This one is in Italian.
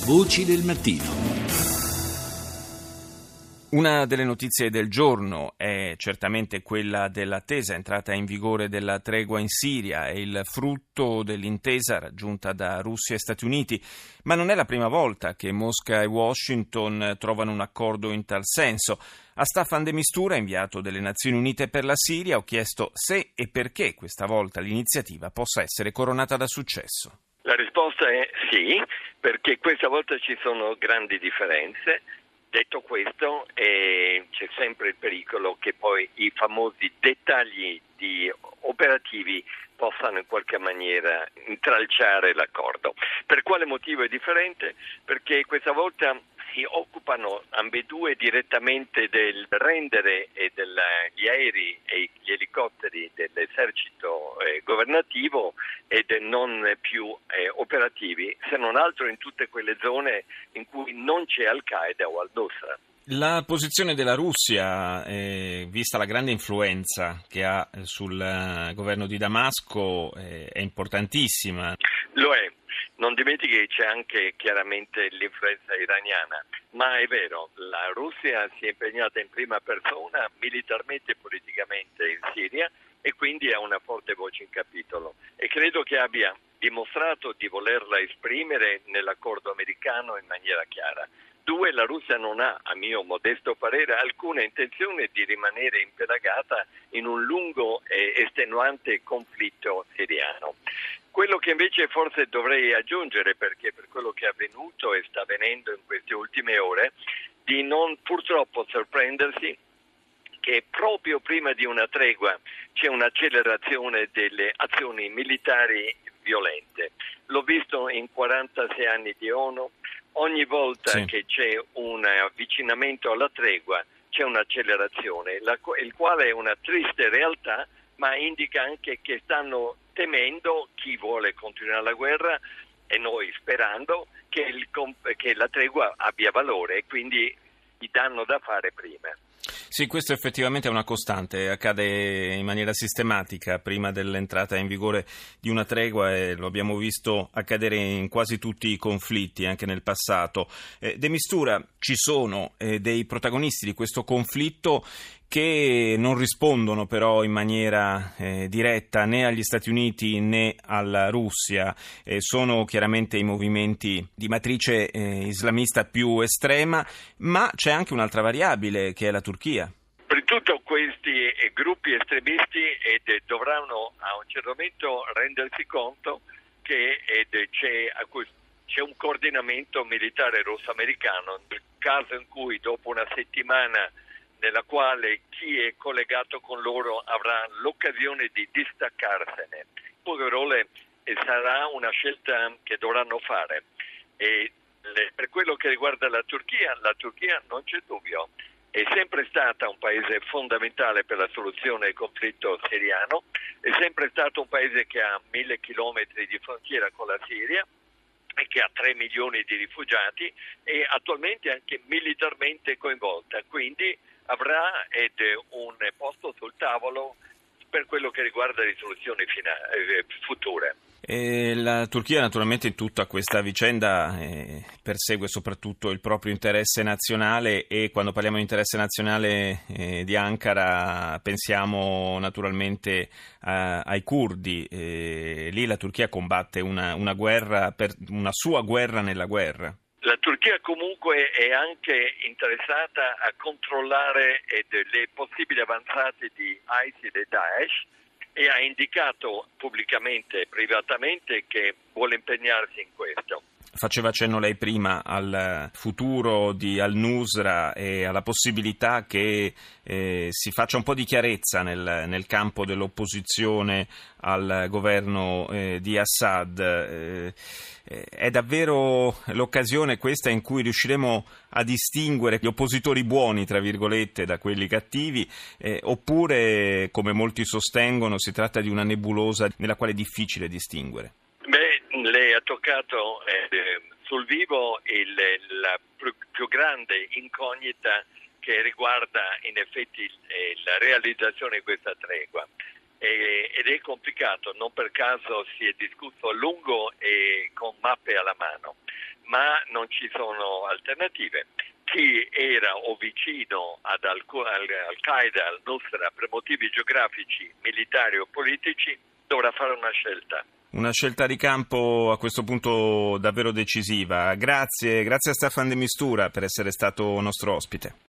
Voci del mattino. Una delle notizie del giorno è certamente quella dell'attesa entrata in vigore della tregua in Siria, è il frutto dell'intesa raggiunta da Russia e Stati Uniti, ma non è la prima volta che Mosca e Washington trovano un accordo in tal senso. A Staffan de Mistura, inviato delle Nazioni Unite per la Siria, ho chiesto se e perché questa volta l'iniziativa possa essere coronata da successo. La risposta è sì, perché questa volta ci sono grandi differenze. Detto questo, c'è sempre il pericolo che poi i famosi dettagli operativi possano in qualche maniera intralciare l'accordo. Per quale motivo è differente? Perché questa volta si occupano ambedue direttamente del rendere gli aerei e gli elicotteri dell'esercito governativo ed non più operativi, se non altro in tutte quelle zone in cui non c'è Al-Qaeda o Al-Nusra. La posizione della Russia, vista la grande influenza che ha sul governo di Damasco, è importantissima. Lo è. Non dimentichi che c'è anche chiaramente l'influenza iraniana, ma è vero, la Russia si è impegnata in prima persona militarmente e politicamente in Siria e quindi ha una forte voce in capitolo e credo che abbia dimostrato di volerla esprimere nell'accordo americano in maniera chiara. 2. La Russia non ha, a mio modesto parere, alcuna intenzione di rimanere impelagata in un lungo e estenuante conflitto siriano. Quello che invece forse dovrei aggiungere, perché per quello che è avvenuto e sta avvenendo in queste ultime ore, di non purtroppo sorprendersi che proprio prima di una tregua c'è un'accelerazione delle azioni militari violente. L'ho visto in 46 anni di ONU. Ogni volta che c'è un avvicinamento alla tregua c'è un'accelerazione, il quale è una triste realtà, ma indica anche che stanno temendo chi vuole continuare la guerra e noi sperando che la tregua abbia valore e quindi gli danno da fare prima. Sì, questo effettivamente è una costante, accade in maniera sistematica prima dell'entrata in vigore di una tregua e lo abbiamo visto accadere in quasi tutti i conflitti, anche nel passato. De Mistura, ci sono dei protagonisti di questo conflitto che non rispondono però in maniera diretta né agli Stati Uniti né alla Russia, sono chiaramente i movimenti di matrice islamista più estrema, ma c'è anche un'altra variabile che è la Turchia. Per tutto questi gruppi estremisti dovranno a un certo momento rendersi conto che c'è un coordinamento militare russo-americano nel caso in cui dopo una settimana nella quale chi è collegato con loro avrà l'occasione di distaccarsene. In poche parole sarà una scelta che dovranno fare. Per quello che riguarda la Turchia non c'è dubbio, è sempre stata un paese fondamentale per la soluzione del conflitto siriano, è sempre stato un paese che ha 1000 chilometri di frontiera con la Siria e che ha 3 milioni di rifugiati e attualmente anche militarmente coinvolta, quindi avrà un posto sul tavolo per quello che riguarda le soluzioni future. La Turchia naturalmente in tutta questa vicenda persegue soprattutto il proprio interesse nazionale e quando parliamo di interesse nazionale di Ankara pensiamo naturalmente ai curdi. Lì la Turchia combatte una guerra, una sua guerra nella guerra. La Turchia comunque è anche interessata a controllare le possibili avanzate di ISIL e Daesh e ha indicato pubblicamente e privatamente che vuole impegnarsi in questo. Faceva cenno lei prima al futuro di Al-Nusra e alla possibilità che si faccia un po' di chiarezza nel campo dell'opposizione al governo di Assad. È davvero l'occasione questa in cui riusciremo a distinguere gli oppositori buoni, tra virgolette, da quelli cattivi, oppure, come molti sostengono, si tratta di una nebulosa nella quale è difficile distinguere? Lei ha toccato sul vivo la più grande incognita che riguarda in effetti la realizzazione di questa tregua. ed è complicato, non per caso si è discusso a lungo e con mappe alla mano, ma non ci sono alternative. Chi era o vicino ad Al-Qaeda, al-Nusra, per motivi geografici, militari o politici, dovrà fare una scelta. Una scelta di campo a questo punto davvero decisiva. Grazie a Staffan de Mistura per essere stato nostro ospite.